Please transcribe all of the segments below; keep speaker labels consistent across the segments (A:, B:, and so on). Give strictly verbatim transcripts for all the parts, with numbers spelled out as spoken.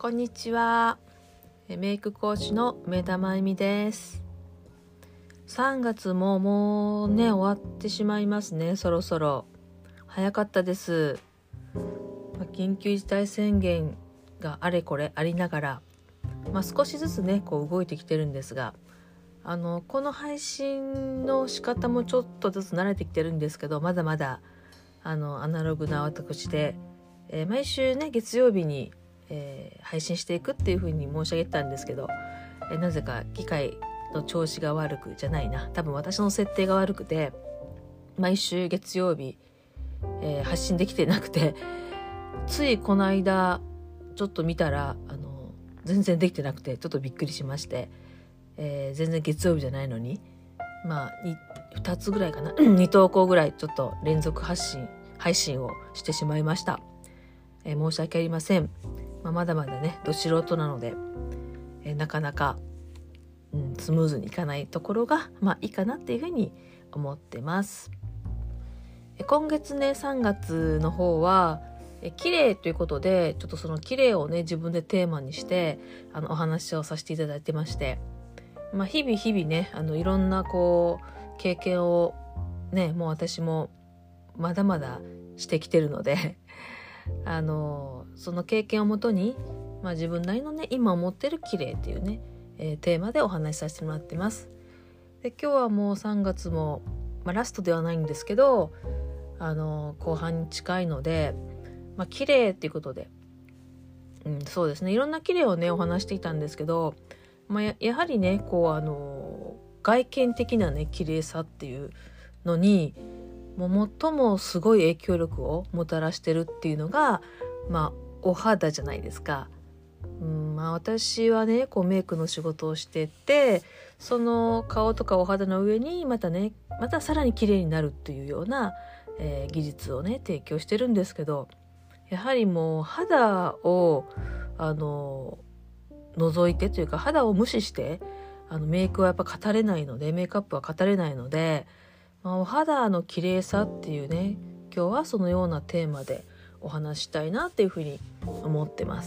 A: こんにちは。メイク講師の梅田真由美です。さんがつももうね終わってしまいますね。そろそろ早かったです。まあ、緊急事態宣言があれこれありながら、まあ、少しずつねこう動いてきてるんですが、あのこの配信の仕方もちょっとずつ慣れてきてるんですけど、まだまだあのアナログな私で、えー、毎週ね月曜日に、えー、配信していくっていう風に申し上げたんですけど、えー、なぜか機械の調子が悪くじゃないな多分私の設定が悪くて毎週月曜日、えー、発信できてなくて、ついこの間ちょっと見たらあの全然できてなくてちょっとびっくりしまして、えー、全然月曜日じゃないのにまあふたつぐらいかなに投稿ぐらいちょっと連続発信配信をしてしまいました。えー、申し訳ありません。まあ、まだまだねど素人なので、えー、なかなか、うん、スムーズにいかないところがまあいいかなっていうふうに思ってます。えー、今月ねさんがつの方はえ綺麗ということで、ちょっとその綺麗をね自分でテーマにしてあのお話をさせていただいてまして、まあ、日々日々ねあのいろんなこう経験をねもう私もまだまだしてきてるのであのその経験をもとに、まあ、自分なりのね今思ってる綺麗っていうね、えー、テーマでお話しさせてもらってます。で今日はもうさんがつも、まあ、ラストではないんですけどあの後半に近いので、まあ、綺麗っていうことで、うん、そうですねいろんな綺麗をねお話していたんですけど、まあ、や, やはりねこうあの外見的なね綺麗さっていうのにもう最もすごい影響力をもたらしてるっていうのがまあお肌じゃないですか。うんまあ、私はねこうメイクの仕事をしてて、その顔とかお肌の上にまたねまたさらに綺麗になるっていうような、えー、技術をね提供してるんですけど、やはりもう肌をあの除いてというか肌を無視してあのメイクはやっぱ語れないので、メイクアップは語れないので、まあ、お肌の綺麗さっていうね今日はそのようなテーマでお話したいなっていうふうに思ってます。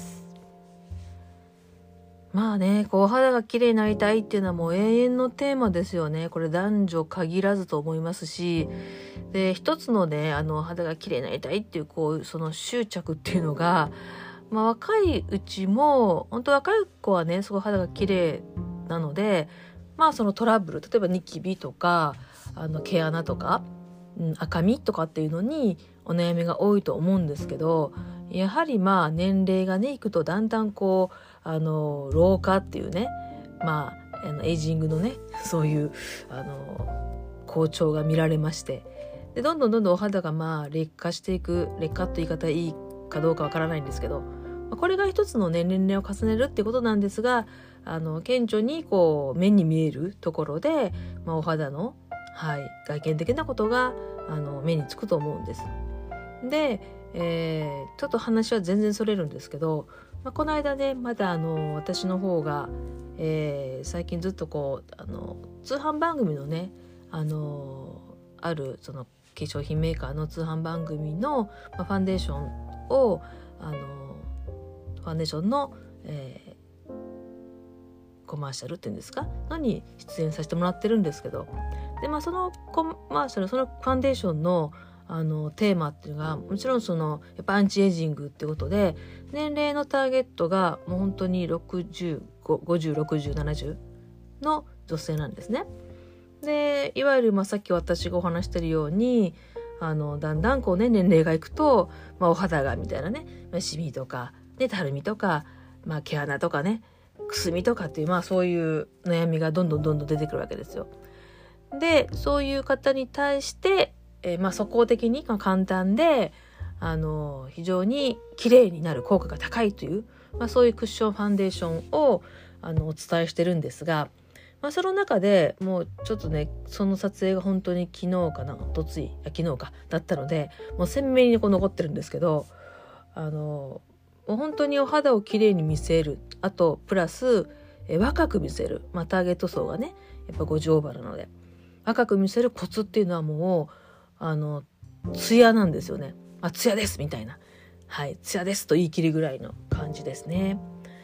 A: まあねこうお肌が綺麗になりたいっていうのはもう永遠のテーマですよね。これ男女限らずと思いますし、で一つのねあの肌が綺麗になりたいっていうこうその執着っていうのが、まあ、若いうちも本当若い子はねすごい肌が綺麗なので、まあそのトラブル例えばニキビとかあの毛穴とか、うん、赤みとかっていうのにお悩みが多いと思うんですけど、やはりまあ年齢がねいくとだんだんこうあの老化っていうねまああのエイジングのねそういうあの好調が見られまして、でどんどんどんどんお肌がまあ劣化していく、劣化って言い方いいかどうかわからないんですけど、これが一つの、ね、年齢を重ねるってことなんですが、あの顕著にこう目に見えるところで、まあ、お肌の、はい、外見的なことがあの目につくと思うんです。で、えー、ちょっと話は全然それるんですけど、まあ、この間ねまだあの私の方が、えー、最近ずっとこうあの通販番組のねあのあるその化粧品メーカーの通販番組の、まあ、ファンデーションをあのファンデーションの、えー、コマーシャルっていうんですかのに出演させてもらってるんですけど、で、まあ、そのコマーシャルそのファンデーションのあのテーマっていうのがもちろんそのやっぱアンチエイジングっていうことで、年齢のターゲットがもう本当にろくじゅうご、ごじゅう、ろくじゅう、ななじゅうの女性なんですね。でいわゆるまあさっき私がお話してるようにあのだんだんこうね年齢がいくと、まあ、お肌がみたいなねシミとか、ね、たるみとか、まあ、毛穴とかねくすみとかっていう、まあ、そういう悩みがどんどんどんどん出てくるわけですよ。でそういう方に対してえーまあ、速攻的に、まあ、簡単であの非常に綺麗になる効果が高いという、まあ、そういうクッションファンデーションをあのお伝えしてるんですが、まあ、その中でもうちょっとねその撮影が本当に昨日かなおとつい昨日かだったのでもう鮮明にこう残ってるんですけど、あのもう本当にお肌を綺麗に見せる、あとプラスえ若く見せる、まあ、ターゲット層がねやっぱごじゅうオーバーなので若く見せるコツっていうのはもうあのツヤなんですよね。あ、ツヤですみたいな、はい、ツヤですと言い切りぐらいの感じですね。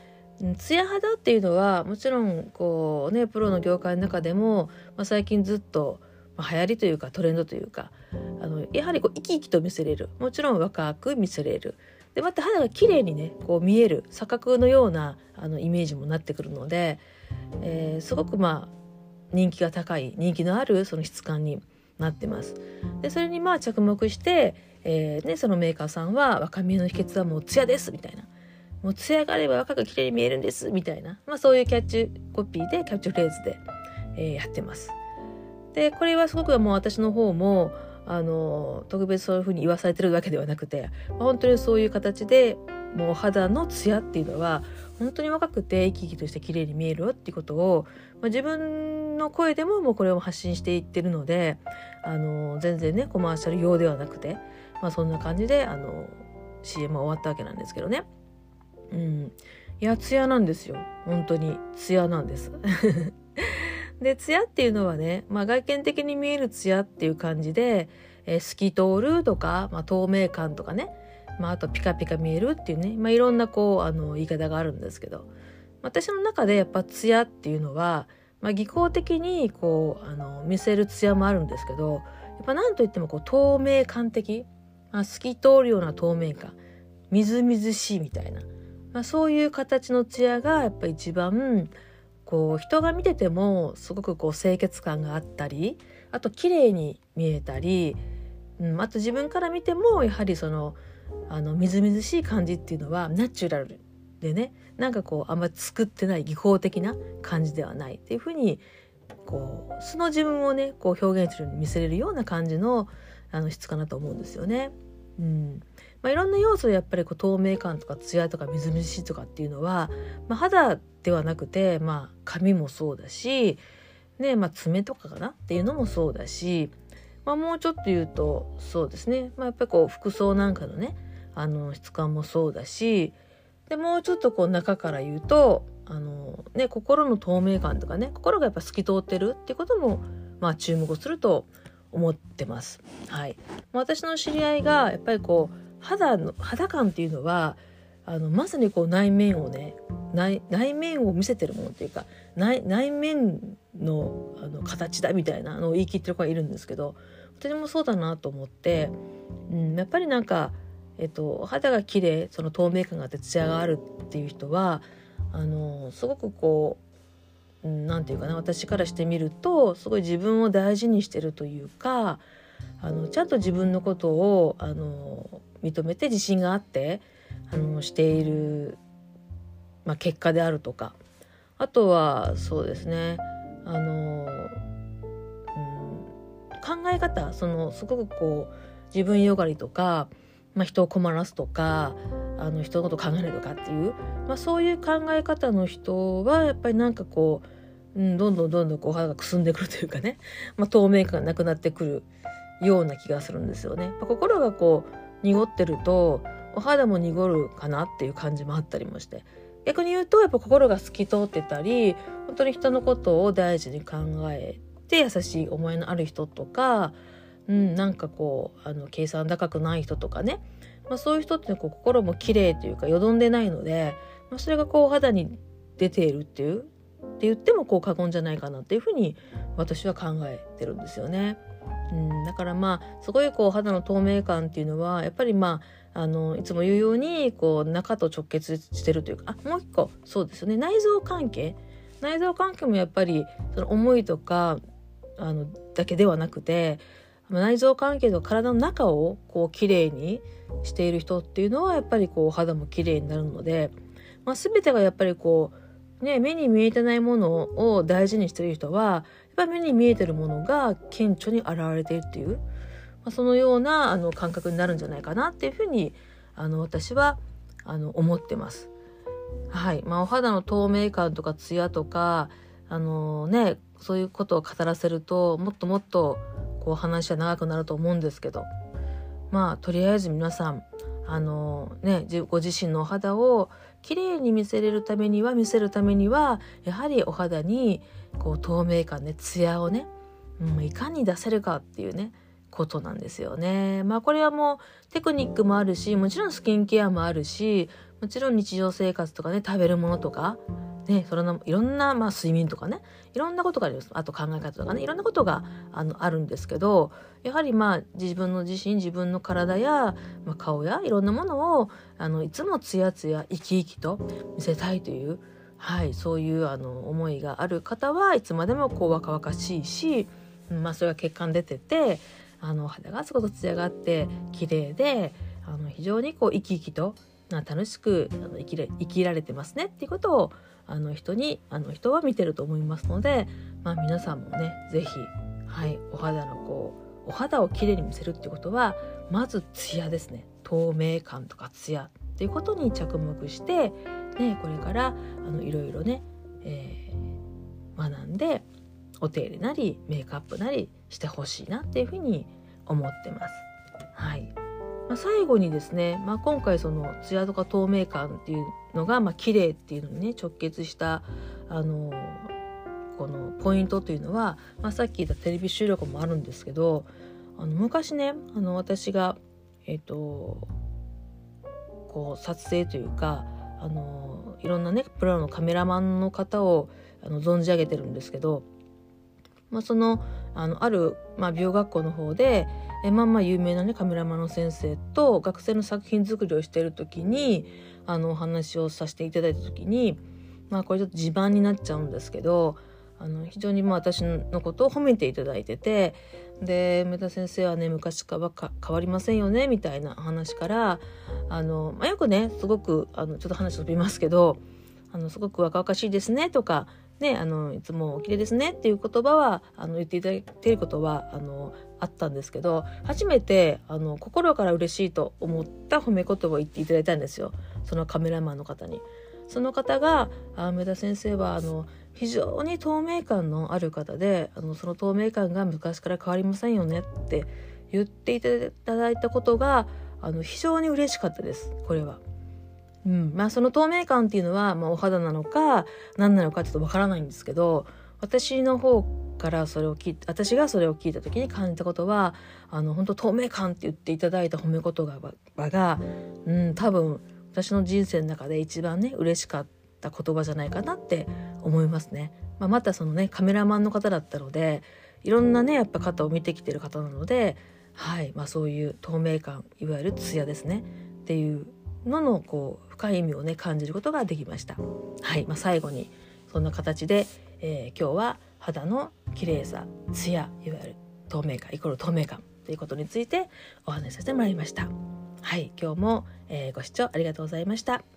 A: ツヤ肌っていうのはもちろんこうねプロの業界の中でも、まあ、最近ずっと流行りというかトレンドというか、あのやはりこう生き生きと見せれる、もちろん若く見せれる、でまた肌が綺麗にねこう見える錯覚のようなあのイメージもなってくるので、えー、すごくまあ人気が高い、人気のあるその質感になってます。でそれにまあ着目して、えーね、そのメーカーさんは若見えの秘訣はもうツヤですみたいな、もうツヤがあれば若く綺麗に見えるんですみたいな、まあ、そういうキャッチコピーでキャッチフレーズで、えー、やってます。でこれはすごくもう私の方もあの特別そういうふうに言わされてるわけではなくて、本当にそういう形でもう肌のツヤっていうのは本当に若くて生き生きとして綺麗に見えるよっていうことを、まあ、自分の声でももうこれを発信していってるので、あの全然ねコマーシャル用ではなくて、まあ、そんな感じであの シーエム は終わったわけなんですけどね。うん、いやツヤなんですよ、本当にツヤなんですでツヤっていうのはね、まあ、外見的に見えるツヤっていう感じで、えー、透き通るとか、まあ、透明感とかね、まあ、あとピカピカ見えるっていうね、まあ、いろんなこうあの言い方があるんですけど、私の中でやっぱツヤっていうのは、まあ、技巧的にこうあの見せるツヤもあるんですけど、やっぱ何といってもこう透明感的、まあ、透き通るような透明感、みずみずしいみたいな、まあ、そういう形のツヤがやっぱ一番こう人が見ててもすごくこう清潔感があったり、あと綺麗に見えたり、うん、あと自分から見てもやはりそのあのみずみずしい感じっていうのはナチュラルでね、なんかこうあんまり作ってない技巧的な感じではないっていうふうに、こう素の自分をねこう表現するように見せれるような感じのあの質かなと思うんですよね。うんまあ、いろんな要素でやっぱりこう透明感とかツヤとかみずみずしいとかっていうのは、まあ、肌ではなくて、まあ、髪もそうだし、ねまあ、爪とかかなっていうのもそうだし、まあ、もうちょっと言うとそうですね、まあ、やっぱりこう服装なんかのねあの質感もそうだし、でもうちょっとこう中から言うとあの、ね、心の透明感とかね、心がやっぱ透き通ってるっていうことも、まあ、注目すると思ってます。はい、私の知り合いがやっぱりこう肌の肌感っていうのはあのまさにこう内面をね 内, 内面を見せてるものっていうか 内, 内面 の, あの形だみたいなのを言い切ってる子がいるんですけど、私もそうだなと思って、うん、やっぱりなんか、えっと、肌が綺麗、その透明感があってツヤがあるっていう人はあのすごくこう、うん、なんていうかな、私からしてみるとすごい自分を大事にしてるというか、あのちゃんと自分のことをあの認めて自信があってあのしている、まあ、結果であるとか、あとはそうですね、あの、うん、考え方、そのすごくこう自分よがりとか、まあ、人を困らすとか、あの人のことを考えないとかっていう、まあ、そういう考え方の人はやっぱりなんかこう、うん、どんどんどんどんこう肌がくすんでくるというかね、まあ、透明感がなくなってくるような気がするんですよね。心がこう濁ってるとお肌も濁るかなっていう感じもあったりもして、逆に言うとやっぱ心が透き通ってたり、本当に人のことを大事に考えて優しい思いのある人とか、うん、なんかこうあの計算高くない人とかね、まあ、そういう人ってこう心も綺麗というかよどんでないので、まあ、それがこう肌に出ているっていうって言ってもこう過言じゃないかなっていうふうに私は考えてるんですよね。うん、だからまあすごいこう肌の透明感っていうのはやっぱりまああのいつも言うようにこう中と直結してるというか、あもう一個そうですよね、内臓関係内臓関係もやっぱりその思いとかあのだけではなくて、内臓関係と体の中をこう綺麗にしている人っていうのはやっぱりこう肌も綺麗になるので、まあ、全てがやっぱりこうね目に見えてないものを大事にしている人はやっぱり目に見えてるものが顕著に現れているっていう、まあ、そのようなあの感覚になるんじゃないかなっていうふうにあの私はあの思ってます。はい、まあ、お肌の透明感とかツヤとかあのねそういうことを語らせるともっともっとこう話は長くなると思うんですけど、まあとりあえず皆さんあのねご自身のお肌をきれいに見せれるためには見せるためにはやはりお肌にこう透明感ねツヤをね、うん、いかに出せるかっていうねことなんですよね。まあこれはもうテクニックもあるし、もちろんスキンケアもあるし、もちろん日常生活とかね、食べるものとかね、それのいろんな、まあ、睡眠とかね、いろんなことがあります。あと考え方とかね、いろんなことがあのあるんですけど、やはりまあ自分の自身、自分の体や、まあ、顔やいろんなものをあのいつもツヤツヤ生き生きと見せたいという、はい、そういうあの思いがある方はいつまでもこう若々しいし、まあ、それが血管出てて、あの肌がすごくツヤがあって綺麗で、あの非常にこう生き生きと楽しくあの生きれ生きられてますねっていうことをあの人にあの人は見てると思いますので、まあ、皆さんもねぜひ、はい、お肌のこうお肌をきれいに見せるっていうことはまずツヤですね。透明感とかツヤっていうことに着目して、ね、これからあのいろいろね、えー、学んでお手入れなりメイクアップなりしてほしいなっていうふうに思ってます。はい。まあ、最後にですね、まあ、今回そのツヤとか透明感っていうのがまあ綺麗っていうのにね直結したあのこのポイントというのは、まあ、さっき言ったテレビ収録もあるんですけど、あの昔ねあの私がえっとこう撮影というかあのいろんなねプロのカメラマンの方をあの存じ上げてるんですけど、まあ、その あのある、まあ、美容学校の方でえまあまあ有名なねカメラマンの先生と学生の作品作りをしている時にあのお話をさせていただいた時に、まあこれちょっと自慢になっちゃうんですけど、あの非常にまあ私のことを褒めていただいてて、で梅田先生はね昔からか変わりませんよねみたいな話からあの、まあ、よくねすごくあのちょっと話飛びますけど、あのすごく若々しいですねとかね、あのいつもお綺麗ですねっていう言葉はあの言っていただいていることはあのあったんですけど、初めてあの心から嬉しいと思った褒め言葉を言っていただいたんですよ、そのカメラマンの方に。その方が梅田先生はあの非常に透明感のある方で、あのその透明感が昔から変わりませんよねって言っていただいたことがあの非常に嬉しかったです。これはうんまあ、その透明感っていうのは、まあ、お肌なのか何なのかちょっとわからないんですけど、私の方からそれを聞い私がそれを聞いた時に感じたことは、あの本当透明感って言っていただいた褒め言葉が、うん、多分私の人生の中で一番ね嬉しかった言葉じゃないかなって思いますね。まあ、またそのねカメラマンの方だったので、いろんなねやっぱ方を見てきてる方なので、はいまあ、そういう透明感、いわゆるツヤですねっていうののこう深い意味をね感じることができました。はい、まあ、最後にそんな形で、えー、今日は肌の綺麗さ、ツヤ、いわゆる透明感イコール透明感ということについてお話しさせてもらいました。はい、今日も、えー、ご視聴ありがとうございました。